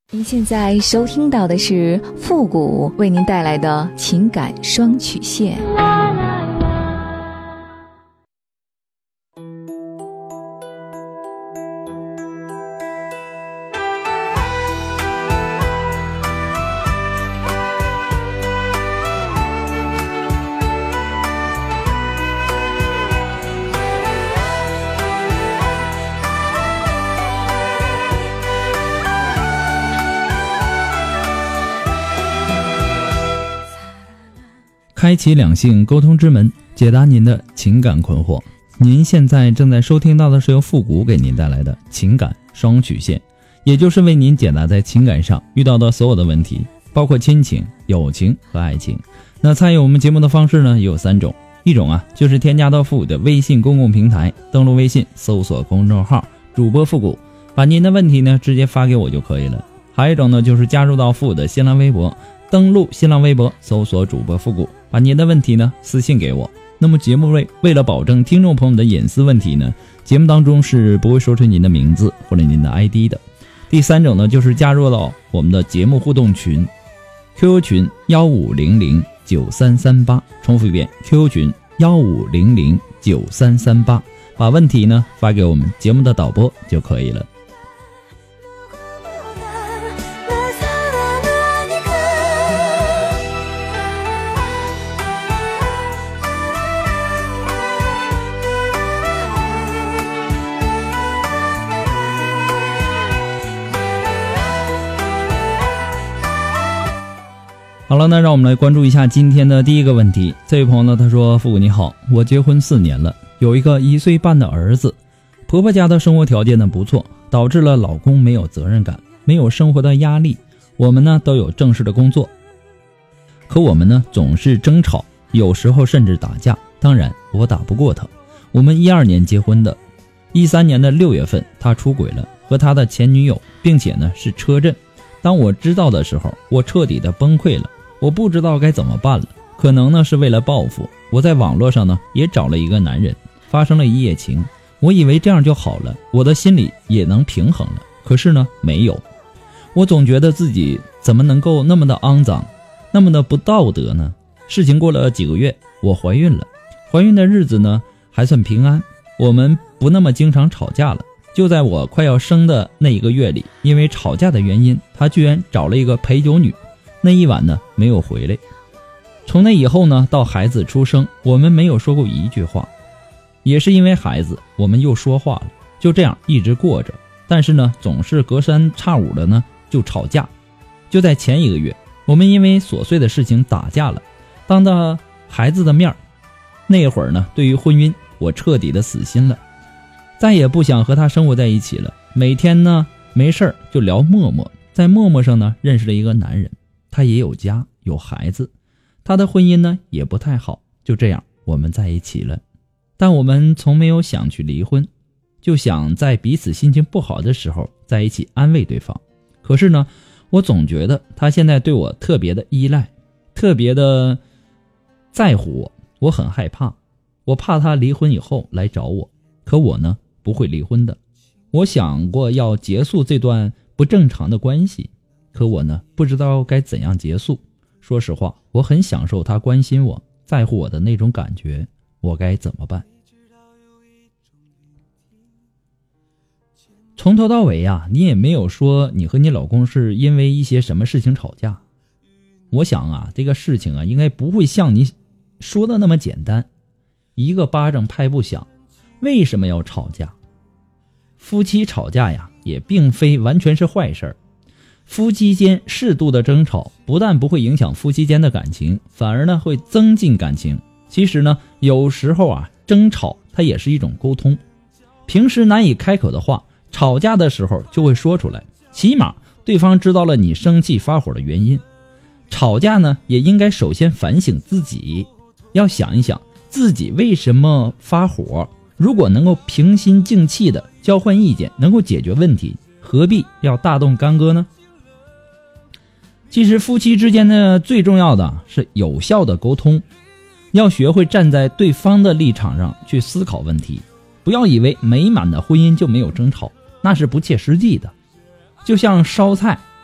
您现在收听到的是复古为您带来的情感双曲线。 开启两性沟通之门，解答您的情感困惑。您现在正在收听到的是由复古给您带来的情感双曲线，也就是为您解答在情感上遇到的所有的问题，包括亲情、友情和爱情。那参与我们节目的方式呢，也有3种。一种就是添加到复古的微信公共平台，登录微信搜索公众号主播复古，把您的问题呢直接发给我就可以了。还有一种呢，就是加入到复古的新浪微博，登录新浪微博搜索主播复古，把您的问题呢私信给我。那么节目为了保证听众朋友的隐私问题呢，节目当中是不会说出您的名字或者您的 ID 的。第3种呢，就是加入到我们的节目互动群 QQ 群15009338，重复一遍 QQ 群15009338，把问题呢发给我们节目的导播就可以了。好了，那让我们来关注一下今天的第一个问题。这位朋友呢，他说：复古你好，我结婚4年了，有一个1岁半的儿子，婆婆家的生活条件呢不错，导致了老公没有责任感，没有生活的压力。我们呢都有正式的工作，可我们呢总是争吵，有时候甚至打架。当然我打不过他。我们12年结婚的，13年的6月份他出轨了，和他的前女友，并且呢是车震。当我知道的时候，我彻底的崩溃了，我不知道该怎么办了。可能呢是为了报复，我在网络上呢也找了一个男人，发生了一夜情。我以为这样就好了，我的心里也能平衡了。可是呢没有，我总觉得自己怎么能够那么的肮脏，那么的不道德呢？事情过了几个月，我怀孕了。怀孕的日子呢还算平安，我们不那么经常吵架了。就在我快要生的那1个月里，因为吵架的原因，他居然找了一个陪酒女。那一晚呢没有回来。从那以后呢，到孩子出生，我们没有说过一句话。也是因为孩子，我们又说话了。就这样一直过着，但是呢总是隔3差5的呢就吵架。就在前1个月，我们因为琐碎的事情打架了，当着孩子的面，那会儿呢对于婚姻我彻底的死心了，再也不想和他生活在一起了。每天呢没事就聊陌陌，在陌陌上呢认识了一个男人，他也有家有孩子，他的婚姻呢也不太好。就这样我们在一起了，但我们从没有想去离婚，就想在彼此心情不好的时候在一起安慰对方。可是呢我总觉得他现在对我特别的依赖，特别的在乎我，我很害怕，我怕他离婚以后来找我。可我呢不会离婚的，我想过要结束这段不正常的关系，可我呢不知道该怎样结束。说实话，我很享受他关心我在乎我的那种感觉，我该怎么办？从头到尾你也没有说你和你老公是因为一些什么事情吵架。我想这个事情应该不会像你说的那么简单，一个巴掌拍不响。为什么要吵架？夫妻吵架也并非完全是坏事儿。夫妻间适度的争吵不但不会影响夫妻间的感情，反而呢会增进感情。其实呢有时候争吵它也是一种沟通，平时难以开口的话，吵架的时候就会说出来，起码对方知道了你生气发火的原因。吵架呢也应该首先反省自己，要想一想自己为什么发火。如果能够平心静气的交换意见，能够解决问题，何必要大动干戈呢？其实夫妻之间的最重要的是有效的沟通，要学会站在对方的立场上去思考问题，不要以为美满的婚姻就没有争吵，那是不切实际的。就像烧菜，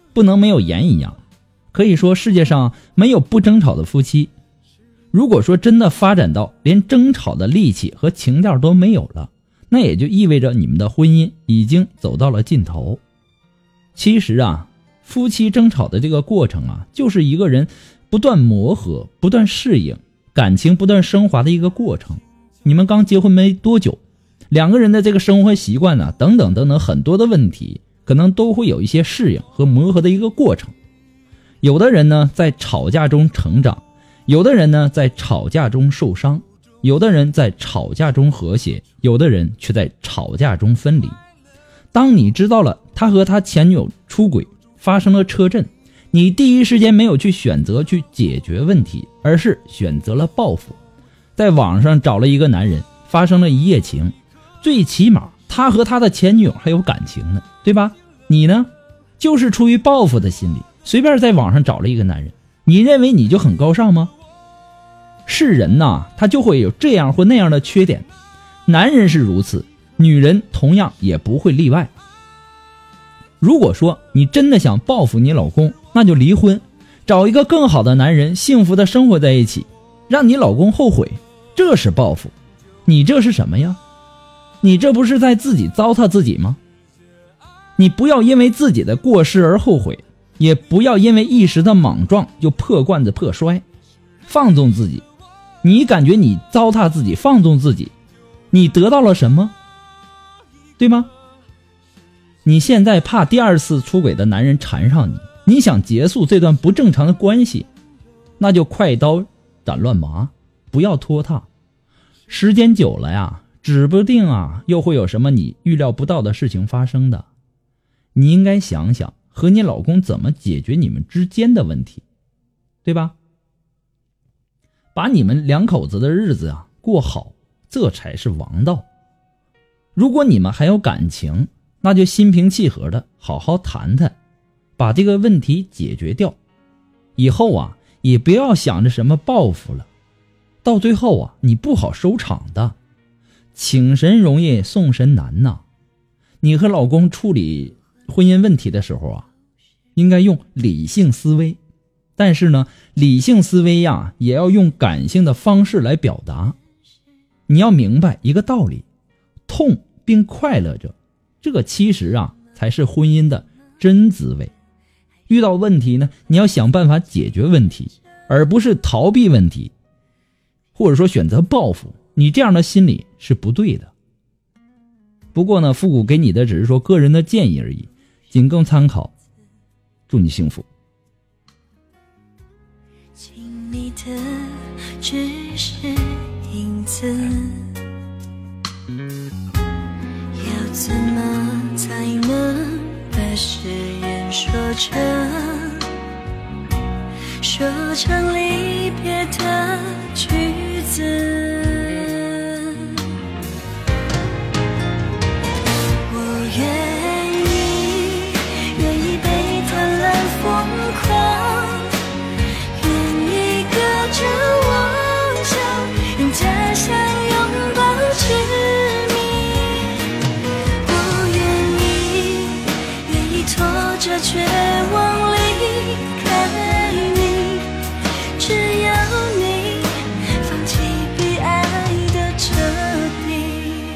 不能没有盐一样。可以说世界上没有不争吵的夫妻。如果说真的发展到连争吵的力气和情调都没有了，那也就意味着你们的婚姻已经走到了尽头。其实夫妻争吵的这个过程就是一个人不断磨合、不断适应、感情不断升华的一个过程。你们刚结婚没多久，两个人的这个生活习惯等等等等很多的问题，可能都会有一些适应和磨合的一个过程。有的人呢在吵架中成长，有的人呢在吵架中受伤，有的人在吵架中和谐，有的人却在吵架中分离。当你知道了他和他前女友出轨，发生了车震，你第一时间没有去选择去解决问题，而是选择了报复。在网上找了一个男人，发生了一夜情，最起码他和他的前女友还有感情呢，对吧？你呢，就是出于报复的心理，随便在网上找了一个男人，你认为你就很高尚吗？是人他就会有这样或那样的缺点，男人是如此，女人同样也不会例外。如果说你真的想报复你老公，那就离婚，找一个更好的男人，幸福的生活在一起，让你老公后悔，这是报复。你这是什么呀？你这不是在自己糟蹋自己吗？你不要因为自己的过失而后悔，也不要因为一时的莽撞就破罐子破摔，放纵自己。你感觉你糟蹋自己，放纵自己，你得到了什么？对吗？你现在怕第二次出轨的男人缠上你，你想结束这段不正常的关系，那就快刀斩乱麻，不要拖沓。时间久了指不定又会有什么你预料不到的事情发生的。你应该想想和你老公怎么解决你们之间的问题，对吧？把你们两口子的日子过好，这才是王道。如果你们还有感情，那就心平气和的好好谈谈，把这个问题解决掉。以后也不要想着什么报复了，到最后你不好收场的。请神容易送神难呐。你和老公处理婚姻问题的时候应该用理性思维，但是呢，理性思维也要用感性的方式来表达。你要明白一个道理，痛并快乐着，这个其实才是婚姻的真滋味。遇到问题呢，你要想办法解决问题，而不是逃避问题，或者说选择报复。你这样的心理是不对的。不过呢，复古给你的只是说个人的建议而已，仅供参考。祝你幸福。 亲密的只是影子，要怎么才能把誓言说成离别的句子？却忘离开你，只要你放弃被爱的彻底。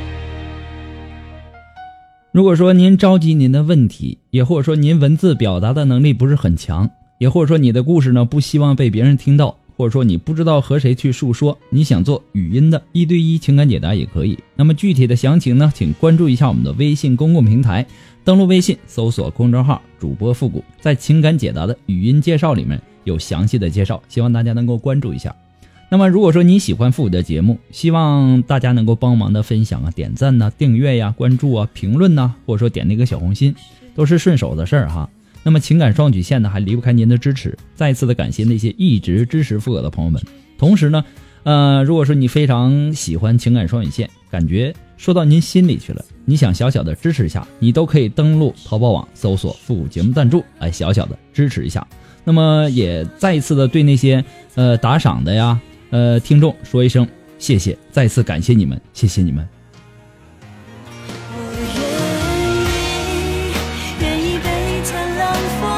如果说您着急您的问题，也或者说您文字表达的能力不是很强，也或者说你的故事呢不希望被别人听到，或者说你不知道和谁去诉说，你想做语音的1对1情感解答也可以。那么具体的详情呢，请关注一下我们的微信公共平台，登录微信搜索公众号主播复古，在情感解答的语音介绍里面有详细的介绍，希望大家能够关注一下。那么如果说你喜欢复古的节目，希望大家能够帮忙的分享点赞订阅关注评论或者说点那个小红心，都是顺手的事儿哈。那么情感双曲线呢，还离不开您的支持，再次的感谢那些一直支持复古的朋友们。同时呢如果说你非常喜欢情感双曲线，感觉说到您心里去了，你想小小的支持一下，你都可以登录淘宝网搜索复古节目赞助，来小小的支持一下。那么也再一次的对那些打赏的听众说一声谢谢，再次感谢你们，谢谢你们。 我愿意被灿烂风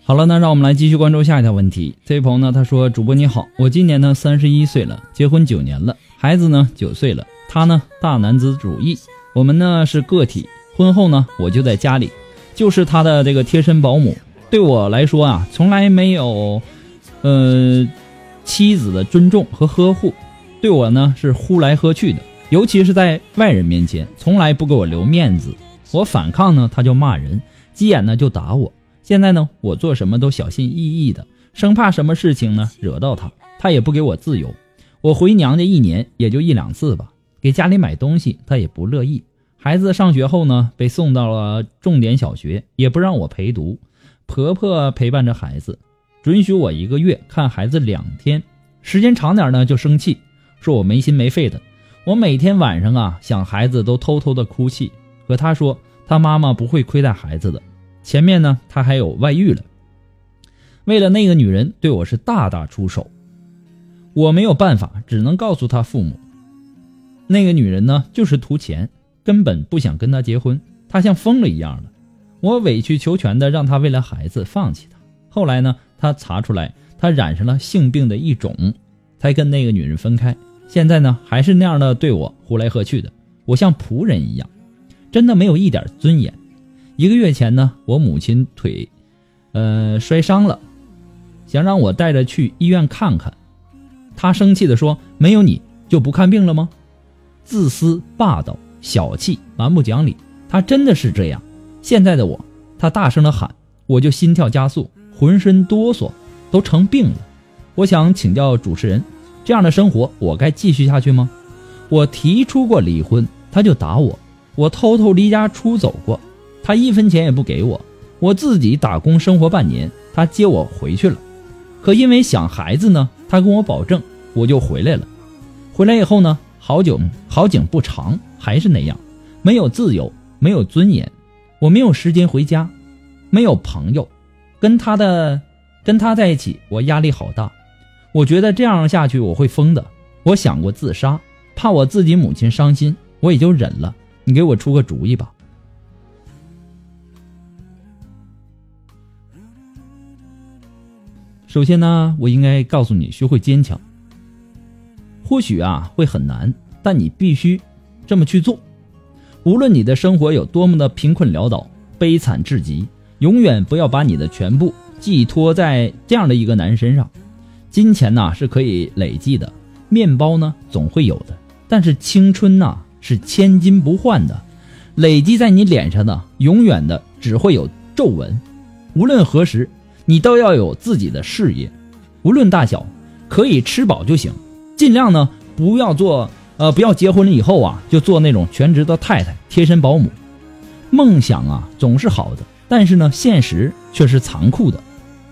好了，那让我们来继续关注下一条问题。这位朋友呢，他说：主播你好，我今年呢31岁了，结婚9年了，孩子呢9岁了，他呢大男子主义，我们呢是个体，婚后呢我就在家里，就是他的这个贴身保姆。对我来说啊，从来没有妻子的尊重和呵护，对我呢是呼来喝去的，尤其是在外人面前从来不给我留面子。我反抗呢他就骂人，急眼呢就打我。现在呢我做什么都小心翼翼的，生怕什么事情呢惹到他，他也不给我自由。我回娘家1年也就1、2次吧，给家里买东西他也不乐意。孩子上学后呢被送到了重点小学，也不让我陪读，婆婆陪伴着孩子，准许我1个月看孩子2天，时间长点呢就生气，说我没心没肺的。我每天晚上啊想孩子都偷偷的哭泣，和他说他妈妈不会亏待孩子的。前面呢他还有外遇了，为了那个女人对我是大打出手。我没有办法，只能告诉他父母，那个女人呢就是图钱，根本不想跟他结婚，他像疯了一样的。我委曲求全的让他为了孩子放弃他。后来呢他查出来他染上了性病的一种，才跟那个女人分开。现在呢还是那样的对我呼来喝去的，我像仆人一样，真的没有一点尊严。1个月前呢我母亲腿摔伤了，想让我带着去医院看看。他生气地说，没有你就不看病了吗？自私霸道小气蛮不讲理，他真的是这样。现在的我，他大声地喊，我就心跳加速，浑身哆嗦，都成病了。我想请教主持人，这样的生活我该继续下去吗？我提出过离婚，他就打我。我偷偷离家出走过，他1分钱也不给我。我自己打工生活半年，他接我回去了。可因为想孩子呢，他跟我保证，我就回来了。回来以后呢，好景不长，还是那样，没有自由，没有尊严。我没有时间回家，没有朋友，跟他在一起，我压力好大。我觉得这样下去我会疯的。我想过自杀，怕我自己母亲伤心，我也就忍了。你给我出个主意吧。首先呢，我应该告诉你学会坚强。或许啊会很难，但你必须这么去做。无论你的生活有多么的贫困潦倒、悲惨至极，永远不要把你的全部寄托在这样的一个男人身上。金钱呢是可以累积的，面包呢总会有的，但是青春呢是千金不换的，累积在你脸上的永远的只会有皱纹。无论何时，你都要有自己的事业，无论大小，可以吃饱就行。尽量呢不要结婚了以后啊就做那种全职的太太、贴身保姆。梦想啊总是好的，但是呢现实却是残酷的。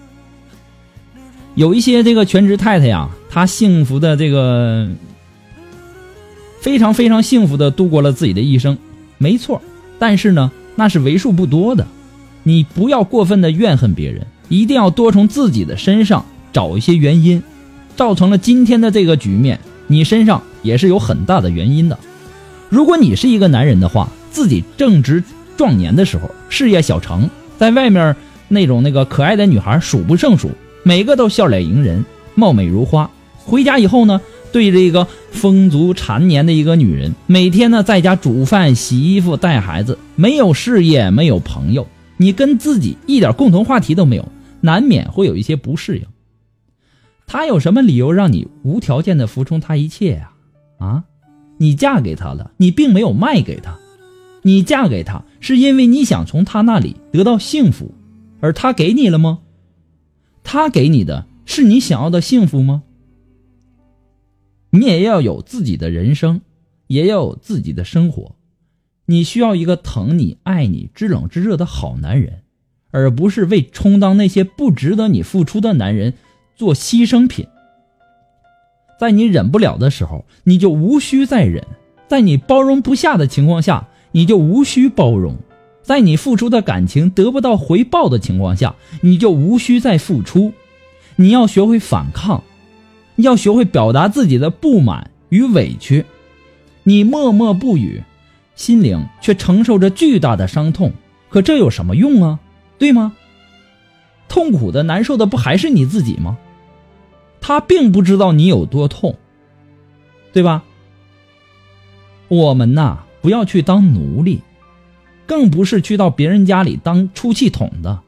有一些这个全职太太呀，她幸福的这个非常非常幸福的度过了自己的一生，没错，但是呢那是为数不多的。你不要过分的怨恨别人，一定要多从自己的身上找一些原因，造成了今天的这个局面，你身上也是有很大的原因的。如果你是一个男人的话，自己正值壮年的时候，事业小成，在外面那个可爱的女孩数不胜数，每个都笑脸迎人，貌美如花。回家以后呢，对着一个风烛残年的一个女人，每天呢在家煮饭、洗衣服、带孩子，没有事业，没有朋友，你跟自己一点共同话题都没有，难免会有一些不适应。他有什么理由让你无条件的服从他一切呀？你嫁给他了，你并没有卖给他，你嫁给他是因为你想从他那里得到幸福，而他给你了吗？他给你的是你想要的幸福吗？你也要有自己的人生，也要有自己的生活。你需要一个疼你、爱你、知冷知热的好男人，而不是为充当那些不值得你付出的男人做牺牲品。在你忍不了的时候，你就无需再忍；在你包容不下的情况下，你就无需包容；在你付出的感情得不到回报的情况下，你就无需再付出。你要学会反抗，你要学会表达自己的不满与委屈。你默默不语，心灵却承受着巨大的伤痛，可这有什么用啊？对吗？ 痛苦的难受的不还是你自己吗？他并不知道你有多痛，对吧？我们呐，不要去当奴隶，更不是去到别人家里当出气筒的。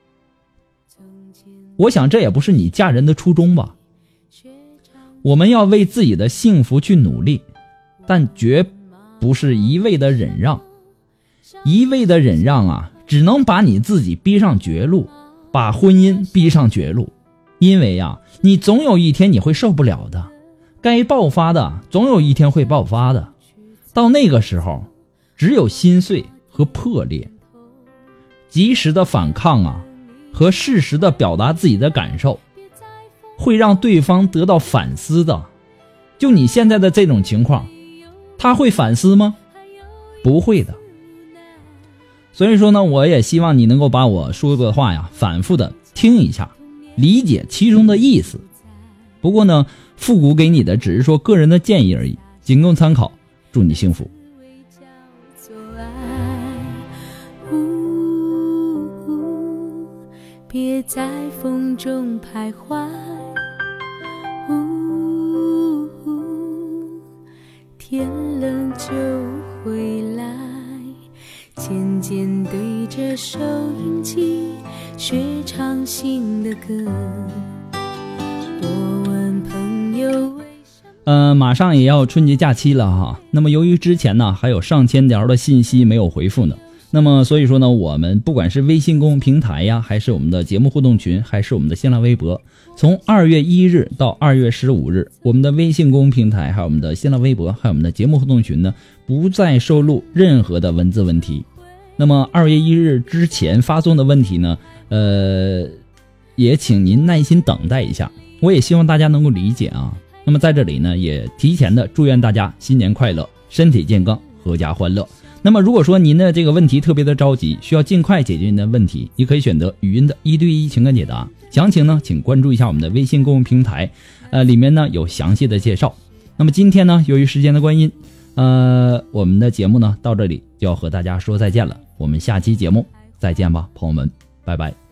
我想这也不是你嫁人的初衷吧。我们要为自己的幸福去努力，但绝不是一味的忍让。一味的忍让啊，只能把你自己逼上绝路，把婚姻逼上绝路。因为啊，你总有一天你会受不了的，该爆发的总有一天会爆发的。到那个时候，只有心碎和破裂。及时的反抗啊，和适时的表达自己的感受，会让对方得到反思的。就你现在的这种情况，他会反思吗？不会的。所以说呢，我也希望你能够把我说过的话呀，反复的听一下，理解其中的意思。不过呢，复古给你的只是说个人的建议而已，仅供参考。祝你幸福。 别在风中徘徊，天冷就回来，渐渐对着收音机学唱新的歌。我问朋友马上也要春节假期了哈。那么由于之前呢还有上千条的信息没有回复呢，那么所以说呢，我们不管是微信公众平台呀，还是我们的节目互动群，还是我们的新浪微博，从2月1日到2月15日，我们的微信公众平台，还有我们的新浪微博，还有我们的节目互动群呢，不再收录任何的文字问题。那么2月1日之前发送的问题呢，也请您耐心等待一下，我也希望大家能够理解啊。那么在这里呢，也提前的祝愿大家新年快乐，身体健康，阖家欢乐。那么如果说您的这个问题特别的着急，需要尽快解决您的问题，你可以选择语音的1对1情感解答。详情呢，请关注一下我们的微信公众平台，里面呢有详细的介绍。那么今天呢，由于时间的关系，我们的节目呢到这里就要和大家说再见了。我们下期节目再见吧，朋友们，拜拜。